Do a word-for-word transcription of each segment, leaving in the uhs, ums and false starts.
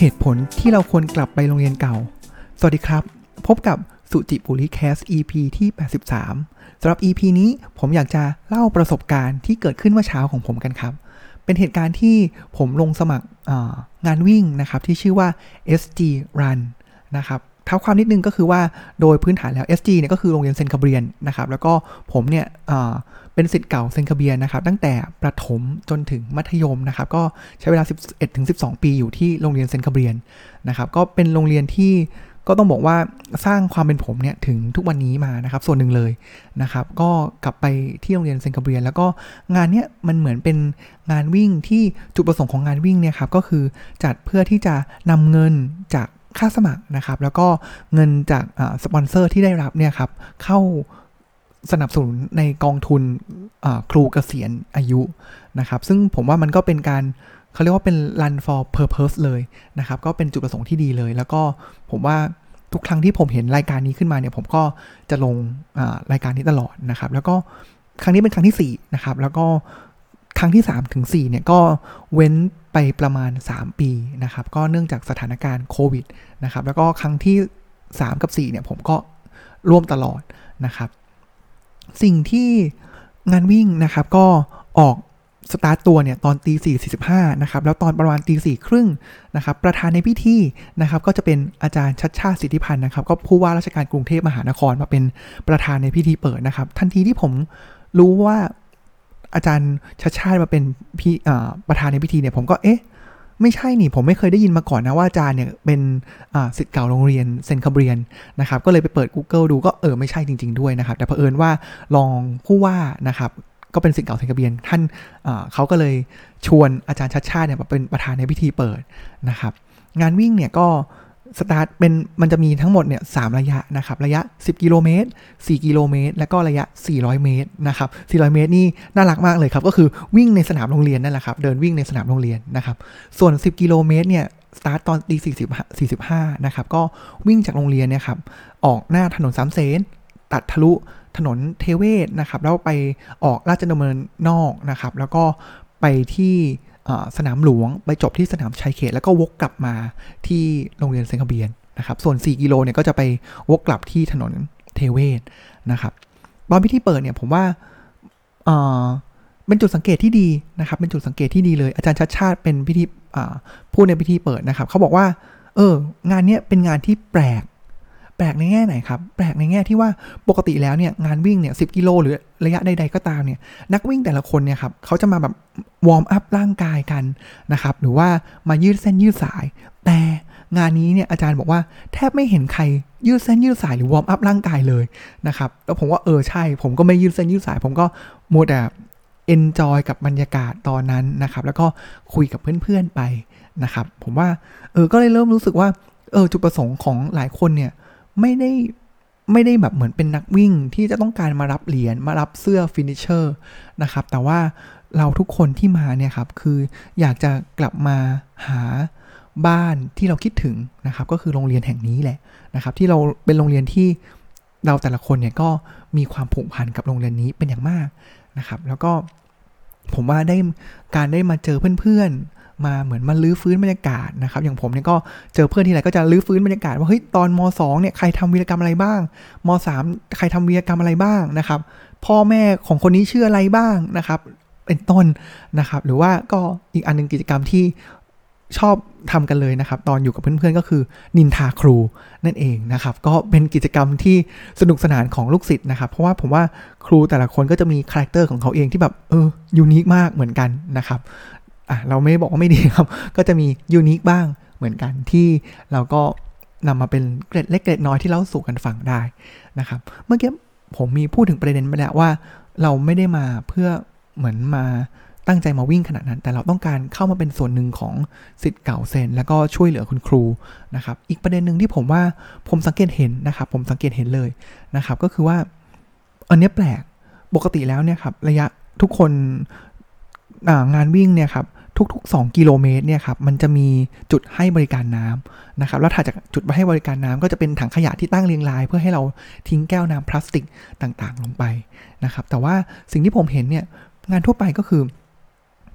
เหตุผลที่เราควรกลับไปโรงเรียนเก่าสวัสดีครับพบกับสุจิปุริแคส อี พี ที่แปดสิบสามสำหรับ อี พี นี้ผมอยากจะเล่าประสบการณ์ที่เกิดขึ้นเมื่อเช้าของผมกันครับเป็นเหตุการณ์ที่ผมลงสมัครงานวิ่งนะครับที่ชื่อว่า เอส จี Run นะครับเท้าความนิดนึงก็คือว่าโดยพื้นฐานแล้ว เอส จี เนี่ยก็คือโรงเรียนเซนต์คาเบียนนะครับแล้วก็ผมเนี่ยเป็นศิษย์เก่าเซนต์คาเบียนนะครับตั้งแต่ประถมจนถึงมัธยมนะครับก็ใช้เวลา สิบเอ็ดถึงสิบสอง ปีอยู่ที่โรงเรียนเซนต์คาเบียนนะครับก็เป็นโรงเรียนที่ก็ต้องบอกว่าสร้างความเป็นผมเนี่ยถึงทุกวันนี้มานะครับส่วนหนึ่งเลยนะครับก็กลับไปที่โรงเรียนเซนต์คาเบียนแล้วก็งานเนี้ยมันเหมือนเป็นงานวิ่งที่จุดประสงค์ของงานวิ่งเนี่ยครับก็คือจัดเพื่อที่จะนำเงินจากค่าสมัครนะครับแล้วก็เงินจากสปอนเซอร์ที่ได้รับเนี่ยครับเข้าสนับสนุนในกองทุนครูเกษียณอายุนะครับซึ่งผมว่ามันก็เป็นการเขาเรียกว่าเป็น run for purpose เลยนะครับก็เป็นจุดประสงค์ที่ดีเลยแล้วก็ผมว่าทุกครั้งที่ผมเห็นรายการนี้ขึ้นมาเนี่ยผมก็จะลงรายการนี้ตลอดนะครับแล้วก็ครั้งนี้เป็นครั้งที่สี่นะครับแล้วก็ครั้งที่สามถึงสี่เนี่ยก็เว้นไปประมาณสามปีนะครับก็เนื่องจากสถานการณ์โควิดนะครับแล้วก็ครั้งที่สามกับสี่เนี่ยผมก็ร่วมตลอดนะครับสิ่งที่งานวิ่งนะครับก็ออกสตาร์ตตัวเนี่ยตอนตีสี่สี่สิบห้านะครับแล้วตอนประมาณตีสี่ครึ่งนะครับประธานในพิธีนะครับก็จะเป็นอาจารย์ชัชชาติสิทธิพันธ์นะครับก็ผู้ว่าราชการกรุงเทพมหานครมาเป็นประธานในพิธีเปิดนะครับทันทีที่ผมรู้ว่าอาจารย์ชัชชาติมาเป็นพี่ประธานในพิธีเนี่ยผมก็เอ๊ะไม่ใช่นี่ผมไม่เคยได้ยินมาก่อนนะว่าอาจารย์เนี่ยเป็นศิษย์เก่าโรงเรียนเซนต์คาเบียนนะครับก็เลยไปเปิด Google ดูก็เออไม่ใช่จริงๆด้วยนะครับแต่เผอิญว่าลองผู้ว่านะครับก็เป็นศิษย์เก่าเซนต์คาเบียนท่านเขาก็เลยชวนอาจารย์ชัชชาติเนี่ยมาเป็นประธานในพิธีเปิดนะครับงานวิ่งเนี่ยก็สตาร์ทเป็นมันจะมีทั้งหมดเนี่ยสามระยะนะครับระยะสิบกิโลเมตรสี่กิโลเมตรแล้วก็ระยะสี่ร้อยเมตรนะครับสี่ร้อยเมตรนี่น่ารักมากเลยครับก็คือวิ่งในสนามโรงเรียนนั่นแหละครับเดินวิ่งในสนามโรงเรียนนะครับส่วนสิบกิโลเมตรเนี่ยสตาร์ทตอนตีสี่สิบ สี่สิบห้านะครับก็วิ่งจากโรงเรียนเนี่ยครับออกหน้าถนนสามเสนตัดทะลุถนนเทเวศนะครับแล้วไปออกราชดำเนินนอกนะครับแล้วก็ไปที่สนามหลวงไปจบที่สนามชัยเขตแล้วก็วกกลับมาที่โรงเรียนเซนต์คาเบียนนะครับส่วนสี่กิโลเนี่ยก็จะไปวกกลับที่ถนนเทเวศนะครับตอนพิธีเปิดเนี่ยผมว่าเอ่อเป็นจุดสังเกตที่ดีนะครับเป็นจุดสังเกตที่ดีเลยอาจารย์ชัชชาติเป็นพิธีพูดในพิธีเปิดนะครับเขาบอกว่าเอองานเนี้ยเป็นงานที่แปลกแปลกในแง่ไหนครับแปลกในแง่ที่ว่าปกติแล้วเนี่ยงานวิ่งเนี่ยสิบกิโลหรือระยะใดๆก็ตามเนี่ยนักวิ่งแต่ละคนเนี่ยครับเขาจะมาแบบวอร์มอัพร่างกายกันนะครับหรือว่ามายืดเส้นยืดสายแต่งานนี้เนี่ยอาจารย์บอกว่าแทบไม่เห็นใครยืดเส้นยืดสายหรือวอร์มอัพร่างกายเลยนะครับแล้วผมว่าเออใช่ผมก็ไม่ยืดเส้นยืดสายผมก็มัวแต่เอนจอยกับบรรยากาศตอนนั้นนะครับแล้วก็คุยกับเพื่อนๆไปนะครับผมว่าเออก็เลยเริ่มรู้สึกว่าเออจุดประสงค์ของหลายคนเนี่ยไม่ได้ไม่ได้แบบเหมือนเป็นนักวิ่งที่จะต้องการมารับเหรียญมารับเสื้อฟินิชเชอร์นะครับแต่ว่าเราทุกคนที่มาเนี่ยครับคืออยากจะกลับมาหาบ้านที่เราคิดถึงนะครับก็คือโรงเรียนแห่งนี้แหละนะครับที่เราเป็นโรงเรียนที่เราแต่ละคนเนี่ยก็มีความผูกพันกับโรงเรียนนี้เป็นอย่างมากนะครับแล้วก็ผมว่าได้การได้มาเจอเพื่อนๆมาเหมือนมาลื้อฟื้นบรรยากาศนะครับอย่างผมเนี่ยก็เจอเพื่อนที่ไหนก็จะลื้อฟื้นบรรยากาศว่าเฮ้ยตอนม.สอง เนี่ยใครทำวีรกรรมอะไรบ้างม.สาม ใครทำวีรกรรมอะไรบ้างนะครับพ่อแม่ของคนนี้ชื่ออะไรบ้างนะครับเป็นต้นนะครับหรือว่าก็อีกอันนึงกิจกรรมที่ชอบทำกันเลยนะครับตอนอยู่กับเพื่อนๆก็คือนินทาครูนั่นเองนะครับก็เป็นกิจกรรมที่สนุกสนานของลูกศิษย์นะครับเพราะว่าผมว่าครูแต่ละคนก็จะมีคาแรคเตอร์ของเขาเองที่แบบเออยูนิคมากเหมือนกันนะครับอ่ะเราไม่บอกว่าไม่ดีครับก็จะมียูนิคบ้างเหมือนกันที่เราก็นำมาเป็นเกร็ดเล็กเกร็ดน้อยที่เล่าสู่กันฟังได้นะครับเมื่อกี้ผมมีพูดถึงประเด็นไปแล้วว่าเราไม่ได้มาเพื่อเหมือนมาตั้งใจมาวิ่งขนาดนั้นแต่เราต้องการเข้ามาเป็นส่วนหนึ่งของศิษย์เก่าเซนแล้วก็ช่วยเหลือคุณครูนะครับอีกประเด็นหนึ่งที่ผมว่าผมสังเกตเห็นนะครับผมสังเกตเห็นเลยนะครับก็คือว่าอันนี้แปลกปกติแล้วเนี่ยครับระยะทุกคนงานวิ่งเนี่ยครับทุกๆสองกิโลเมตรเนี่ยครับมันจะมีจุดให้บริการน้ำนะครับแล้วถัดจากจุดให้บริการน้ำก็จะเป็นถังขยะที่ตั้งเรียงรายเพื่อให้เราทิ้งแก้วน้ำพลาสติกต่างๆลงไปนะครับแต่ว่าสิ่งที่ผมเห็นเนี่ยงานทั่วไปก็คือ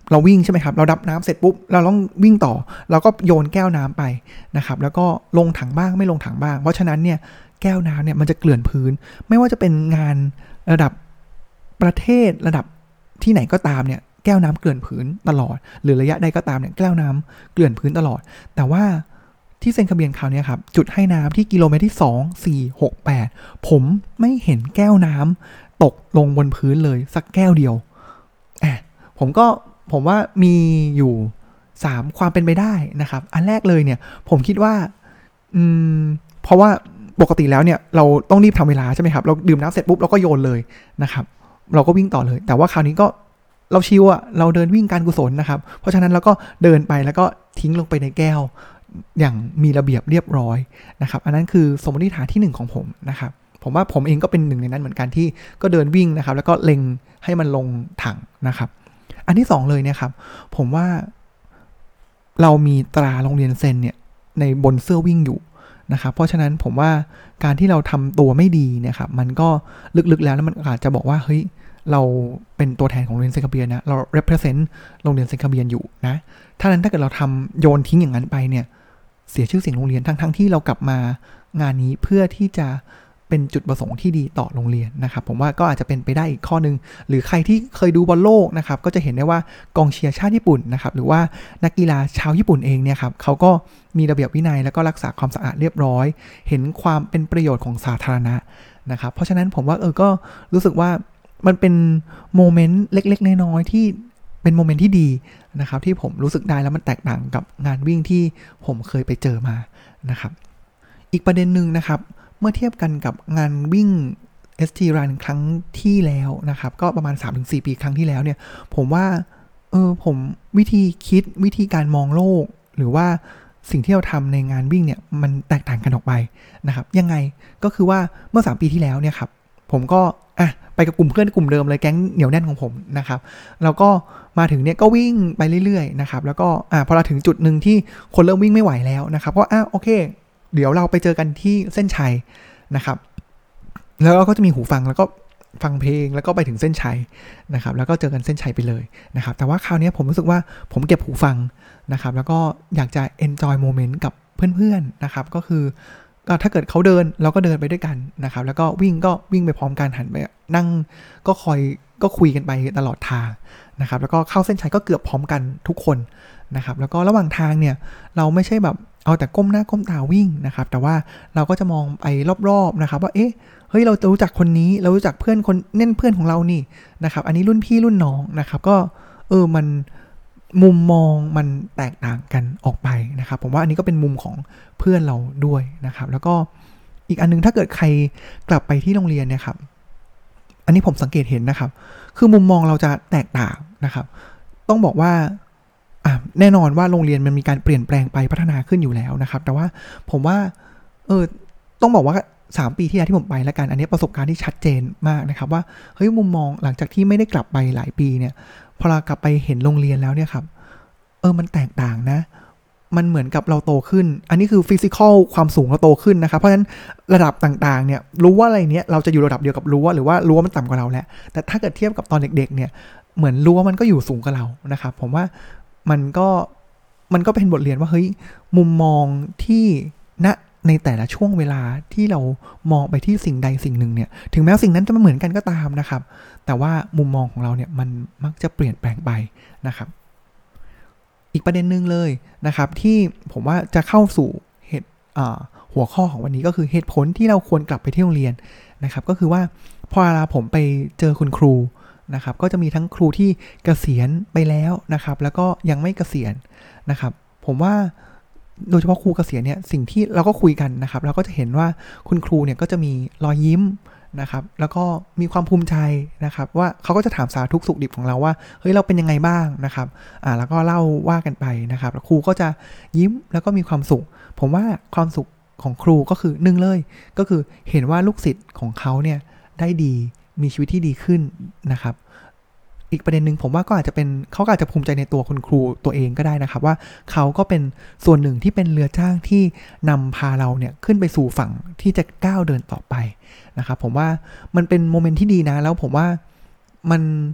เราวิ่งใช่ไหมครับเราดับน้ำเสร็จปุ๊บเราต้องวิ่งต่อเราก็โยนแก้วน้ำไปนะครับแล้วก็ลงถังบ้างไม่ลงถังบ้างเพราะฉะนั้นเนี่ยแก้วน้ำเนี่ยมันจะเกลื่อนพื้นไม่ว่าจะเป็นงานระดับประเทศระดับที่ไหนก็ตามเนี่ยแก้วน้ำเกลื่อนพื้นตลอดหรือระยะใดก็ตามเนี่ยแก้วน้ำเกลื่อนพื้นตลอดแต่ว่าที่เซนคาเบียนคราวนี้ครับจุดให้น้ำที่กิโลเมตรที่สอง สี่ หก แปดผมไม่เห็นแก้วน้ำตกลงบนพื้นเลยสักแก้วเดียวแอบผมก็ผมว่ามีอยู่สามความเป็นไปได้นะครับอันแรกเลยเนี่ยผมคิดว่าอืมเพราะว่าปกติแล้วเนี่ยเราต้องรีบทำเวลาใช่ไหมครับเราดื่มน้ำเสร็จปุ๊บเราก็โยนเลยนะครับเราก็วิ่งต่อเลยแต่ว่าคราวนี้ก็เราชิวอะเราเดินวิ่งการกุศลนะครับเพราะฉะนั้นเราก็เดินไปแล้วก็ทิ้งลงไปในแก้วอย่างมีระเบียบเรียบร้อยนะครับอันนั้นคือสมมติฐานที่หนึ่งของผมนะครับผมว่าผมเองก็เป็นหนึ่งในนั้นเหมือนกันที่ก็เดินวิ่งนะครับแล้วก็เล็งให้มันลงถังนะครับอันที่สองเลยเนี่ยครับผมว่าเรามีตราโรงเรียนเซนเนี่ยในบนเสื้อวิ่งอยู่นะครับเพราะฉะนั้นผมว่าการที่เราทำตัวไม่ดีเนี่ยครับมันก็ลึกๆแล้วมันอาจจะบอกว่าเฮ้ยเราเป็นตัวแทนของโรงเรียนเซนคาเบียนนะเรา represent โรงเรียนเซนคาเบียนอยู่นะถ้านั้นถ้าเกิดเราทำโยนทิ้งอย่างนั้นไปเนี่ยเสียชื่อเสียงโรงเรียนทั้งๆที่เรากลับมางานนี้เพื่อที่จะเป็นจุดประสงค์ที่ดีต่อโรงเรียนนะครับผมว่าก็อาจจะเป็นไปได้อีกข้อนึงหรือใครที่เคยดูบอลโลกนะครับก็จะเห็นได้ว่ากองเชียร์ชาติญี่ปุ่นนะครับหรือว่านักกีฬาชาวญี่ปุ่นเองเนี่ยครับเขาก็มีระเบียบวินัยแล้วก็รักษาความสะอาดเรียบร้อยเห็นความเป็นประโยชน์ของสาธารณะนะครับเพราะฉะนั้นผมว่าเออก็รู้สึกว่ามันเป็นโมเมนต์เล็กๆน้อยๆที่เป็นโมเมนต์ที่ดีนะครับที่ผมรู้สึกได้แล้วมันแตกต่างกับงานวิ่งที่ผมเคยไปเจอมานะครับอีกประเด็นหนึ่งนะครับเมื่อเทียบกันกับงานวิ่ง เอส ที Run ครั้งที่แล้วนะครับก็ประมาณ สามถึงสี่ ปีครั้งที่แล้วเนี่ยผมว่าเออผมวิธีคิดวิธีการมองโลกหรือว่าสิ่งที่เราทำในงานวิ่งเนี่ยมันแตกต่างกันออกไปนะครับยังไงก็คือว่าเมื่อสามปีที่แล้วเนี่ยครับผมก็อ่ะไปกับกลุ่มเพื่อนกลุ่มเดิมเลยแก๊งเหนียวแน่นของผมนะครับแล้วก็มาถึงเนี่ยก็วิ่งไปเรื่อยๆนะครับแล้วก็อ่ะพอเราถึงจุดหนึ่งที่คนเริ่มวิ่งไม่ไหวแล้วนะครับก็อ่ะโอเคเดี๋ยวเราไปเจอกันที่เส้นชัยนะครับแล้วก็จะมีหูฟังแล้วก็ฟังเพลงแล้วก็ไปถึงเส้นชัยนะครับแล้วก็เจอกันเส้นชัยไปเลยนะครับแต่ว่าคราวนี้ผมรู้สึกว่าผมเก็บหูฟังนะครับแล้วก็อยากจะ enjoy moment กับเพื่อนๆนะครับก็คือถ้าเกิดเขาเดินเราก็เดินไปด้วยกันนะครับแล้วก็วิ่งก็วิ่งไปพร้อมกันหันไปนั่งก็คอยก็คุยกันไปตลอดทางนะครับแล้วก็เข้าเส้นชัยก็เกือบพร้อมกันทุกคนนะครับแล้วก็ระหว่างทางเนี่ยเราไม่ใช่แบบเอาแต่ก้มหน้าก้มตาวิ่งนะครับแต่ว่าเราก็จะมองไปรอบๆนะครับว่าเอ๊ะเฮ้ยเราจะรู้จักคนนี้เรารู้จักเพื่อนคนเน่นเพื่อนของเรานี่นะครับอันนี้รุ่นพี่รุ่นน้องนะครับก็เออมันมุมมองมันแตกต่างกันออกไปนะครับผมว่าอันนี้ก็เป็นมุมของเพื่อนเราด้วยนะครับแล้วก็อีกอันนึงถ้าเกิดใครกลับไปที่โรงเรียนเนี่ยครับอันนี้ผมสังเกตเห็นนะครับคือมุมมองเราจะแตกต่างนะครับต้องบอกว่าแน่นอนว่าโรงเรียนมันมีการเปลี่ยนแปลงไปพัฒนาขึ้นอยู่แล้วนะครับแต่ว่าผมว่าเออต้องบอกว่าสามปีที่แล้วที่ผมไปแล้วกันอันนี้ประสบการณ์ที่ชัดเจนมากนะครับว่าเฮ้ยมุมมองหลังจากที่ไม่ได้กลับไปหลายปีเนี่ยพอเรากลับไปเห็นโรงเรียนแล้วเนี่ยครับเออมันแตกต่างนะมันเหมือนกับเราโตขึ้นอันนี้คือฟิสิกอลความสูงเราโตขึ้นนะครับเพราะฉะนั้นระดับต่างๆเนี่ยรู้ว่าอะไรเนี้ยเราจะอยู่ระดับเดียวกับรั้วหรือว่ารั้วมันต่ำกว่าเราแล้วแต่ถ้าเกิดเทียบกับตอนเด็กๆเนี่ยเหมือนรั้วมันก็อยู่สูงกว่าเรานะครับผมว่ามันก็มันก็เป็นบทเรียนว่าเฮ้ยมุมมองที่ณในแต่ละช่วงเวลาที่เรามองไปที่สิ่งใดสิ่งหนึ่งเนี่ยถึงแม้สิ่งนั้นจะไม่เหมือนกันก็ตามนะครับแต่ว่ามุมมองของเราเนี่ยมันมักจะเปลี่ยนแปลงไปนะครับอีกประเด็นนึงเลยนะครับที่ผมว่าจะเข้าสู่เหตุหัวข้อของวันนี้ก็คือเหตุผลที่เราควรกลับไปที่โรงเรียนนะครับก็คือว่าพอเวลาผมไปเจอคุณครูนะครับก็จะมีทั้งครูที่เกษียณไปแล้วนะครับแล้วก็ยังไม่เกษียณนะครับผมว่าโดยเฉพาะครูเกษียณเนี่ยสิ่งที่เราก็คุยกันนะครับเราก็จะเห็นว่าคุณครูเนี่ยก็จะมีรอยยิ้มนะครับแล้วก็มีความภูมิใจนะครับว่าเขาก็จะถามสารทุกข์สุขดิบของเราว่าเฮ้ยเราเป็นยังไงบ้างนะครับอ่าแล้วก็เล่าว่ากันไปนะครับแล้วครูก็จะยิ้มแล้วก็มีความสุขผมว่าความสุขของครูก็คือหนึ่งเลยก็คือเห็นว่าลูกศิษย์ของเขาเนี่ยได้ดีมีชีวิตที่ดีขึ้นนะครับอีกประเด็นหนึ่งผมว่าก็อาจจะเป็นเขาอาจจะภูมิใจในตัวคุณครูตัวเองก็ได้นะครับว่าเขาก็เป็นส่วนหนึ่งที่เป็นเรือจ้างที่นำพาเราเนี่ยขึ้นไปสู่ฝั่งที่จะก้าวเดินต่อไปนะครับผมว่ามันเป็นโมเมนต์ที่ดีนะแล้วผมว่ามัน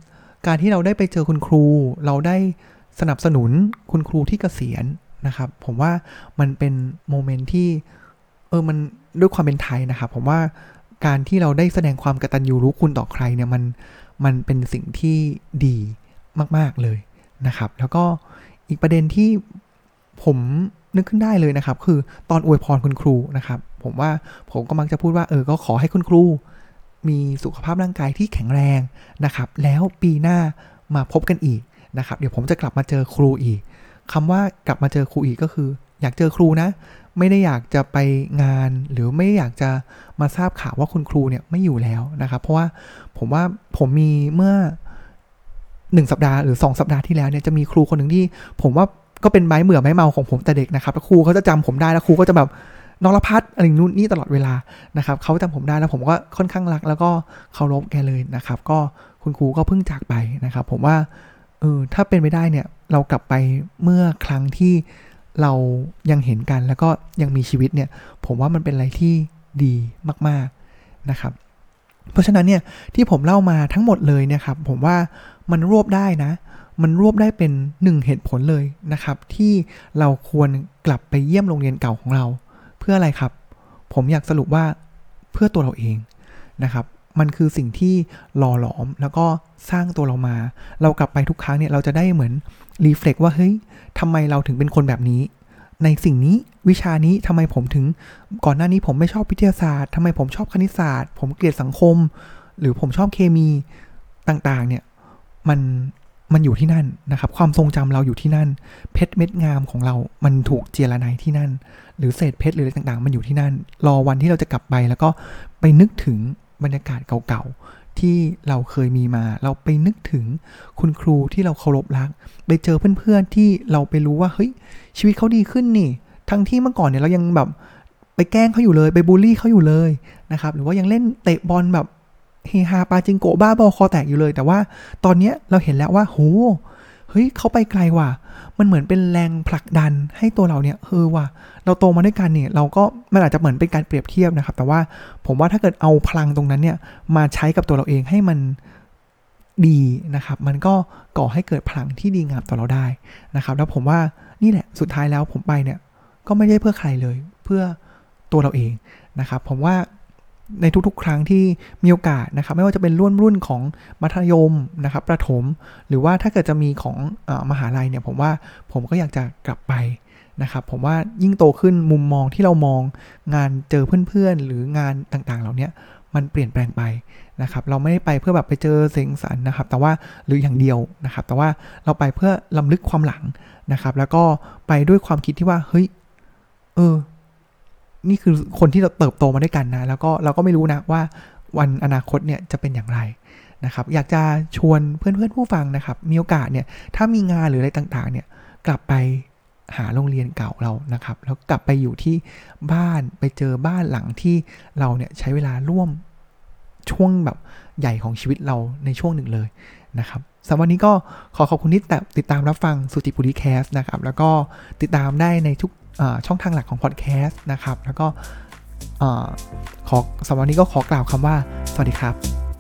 การที่เราได้ไปเจอคุณครูเราได้สนับสนุนคุณครูที่เกษียณนะครับผมว่ามันเป็นโมเมนต์ที่เออมันด้วยความเป็นไทยนะครับผมว่าการที่เราได้แสดงความกตัญญูรู้คุณต่อใครเนี่ยมันมันเป็นสิ่งที่ดีมากๆเลยนะครับแล้วก็อีกประเด็นที่ผมนึกขึ้นได้เลยนะครับคือตอนอวยพรคุณครูนะครับผมว่าผมก็มักจะพูดว่าเออก็ขอให้คุณครูมีสุขภาพร่างกายที่แข็งแรงนะครับแล้วปีหน้ามาพบกันอีกนะครับเดี๋ยวผมจะกลับมาเจอครูอีกคำว่ากลับมาเจอครูอีกก็คืออยากเจอครูนะไม่ได้อยากจะไปงานหรือไม่ได้อยากจะมาทราบข่าวว่าคุณครูเนี่ยไม่อยู่แล้วนะครับเพราะว่าผมว่าผมมีเมื่อหนึ่งสัปดาห์หรือสองสัปดาห์ที่แล้วเนี่ยจะมีครูคนหนึ่งที่ผมว่าก็เป็นไม้เบื่อไม้เมาของผมแต่เด็กนะครับแล้วครูเขาจะจำผมได้แล้วครูก็จะแบบนรพัฒน์อะไรนู่นนี่ตลอดเวลานะครับเขาจำผมได้แล้วผมก็ค่อนข้างรักแล้วก็เคารพแกเลยนะครับก็คุณครูก็เพิ่งจากไปนะครับผมว่าเออถ้าเป็นไปได้เนี่ยเรากลับไปเมื่อครั้งที่เรายังเห็นกันแล้วก็ยังมีชีวิตเนี่ยผมว่ามันเป็นอะไรที่ดีมากๆนะครับเพราะฉะนั้นเนี่ยที่ผมเล่ามาทั้งหมดเลยเนี่ยครับผมว่ามันรวบได้นะมันรวบได้เป็นหนึ่งเหตุผลเลยนะครับที่เราควรกลับไปเยี่ยมโรงเรียนเก่าของเราเพื่ออะไรครับผมอยากสรุปว่าเพื่อตัวเราเองนะครับมันคือสิ่งที่หล่อหลอมแล้วก็สร้างตัวเรามาเรากลับไปทุกครั้งเนี่ยเราจะได้เหมือนรีเฟล็กว่าเฮ้ยทำไมเราถึงเป็นคนแบบนี้ในสิ่งนี้วิชานี้ทำไมผมถึงก่อนหน้านี้ผมไม่ชอบวิทยาศาสตร์ทำไมผมชอบคณิตศาสตร์ผมเกลียดสังคมหรือผมชอบเคมีต่างๆเนี่ยมันมันอยู่ที่นั่นนะครับความทรงจำเราอยู่ที่นั่นเพชรเม็ดงามของเรามันถูกเจียระไนที่นั่นหรือเศษเพชรหรืออะไรต่างๆมันอยู่ที่นั่นรอวันที่เราจะกลับไปแล้วก็ไปนึกถึงบรรยากาศเก่าๆที่เราเคยมีมาเราไปนึกถึงคุณครูที่เราเคารพรักไปเจอเพื่อนๆที่เราไปรู้ว่าเฮ้ยชีวิตเขาดีขึ้นนี่ทั้งที่เมื่อก่อนเนี่ยเรายังแบบไปแกล้งเขาอยู่เลยไปบูลลี่เขาอยู่เลยนะครับหรือว่ายังเล่นเตะบอลแบบเฮฮาปาจิงโกะบ้าบอคอแตกอยู่เลยแต่ว่าตอนนี้เราเห็นแล้วว่าโหเฮ้ยเขาไปไกลว่ะมันเหมือนเป็นแรงผลักดันให้ตัวเราเนี่ยเออว่ะเราโตมาด้วยกันเนี่ยเราก็มันอาจจะเหมือนเป็นการเปรียบเทียบนะครับแต่ว่าผมว่าถ้าเกิดเอาพลังตรงนั้นเนี่ยมาใช้กับตัวเราเองให้มันดีนะครับมันก็ก่อให้เกิดพลังที่ดีงามต่อเราได้นะครับแล้วผมว่านี่แหละสุดท้ายแล้วผมไปเนี่ยก็ไม่ได้เพื่อใครเลยเพื่อตัวเราเองนะครับผมว่าในทุกๆครั้งที่มีโอกาสนะครับไม่ว่าจะเป็นรุ่นรุ่นของมัธยมนะครับประถมหรือว่าถ้าเกิดจะมีของเอ่อมหาลัยเนี่ยผมว่าผมก็อยากจะกลับไปนะครับผมว่ายิ่งโตขึ้นมุมมองที่เรามองงานเจอเพื่อนๆหรืองานต่างๆเหล่านี้มันเปลี่ยนแปลงไปนะครับเราไม่ได้ไปเพื่อแบบไปเจอเสียงสรรนะครับแต่ว่าหรืออย่างเดียวนะครับแต่ว่าเราไปเพื่อล้ำลึกความหลังนะครับแล้วก็ไปด้วยความคิดที่ว่าเฮ้ยเออนี่คือคนที่เราเติบโตมาด้วยกันนะแล้วก็เราก็ไม่รู้นะว่าวันอนาคตเนี่ยจะเป็นอย่างไรนะครับอยากจะชวนเพื่อนๆผู้ฟังนะครับมีโอกาสเนี่ยถ้ามีงานหรืออะไรต่างๆเนี่ยกลับไปหาโรงเรียนเก่าเรานะครับแล้วกลับไปอยู่ที่บ้านไปเจอบ้านหลังที่เราเนี่ยใช้เวลาร่วมช่วงแบบใหญ่ของชีวิตเราในช่วงหนึ่งเลยนะครับสำหรับวันนี้ก็ขอขอบคุณที่ติดตามรับฟังสุจิปุริแคสต์นะครับแล้วก็ติดตามได้ในทุกช่องทางหลักของพอดแคสต์นะครับแล้วก็ขอสำหรับวันนี้ก็ขอกล่าวคำว่าสวัสดีครับ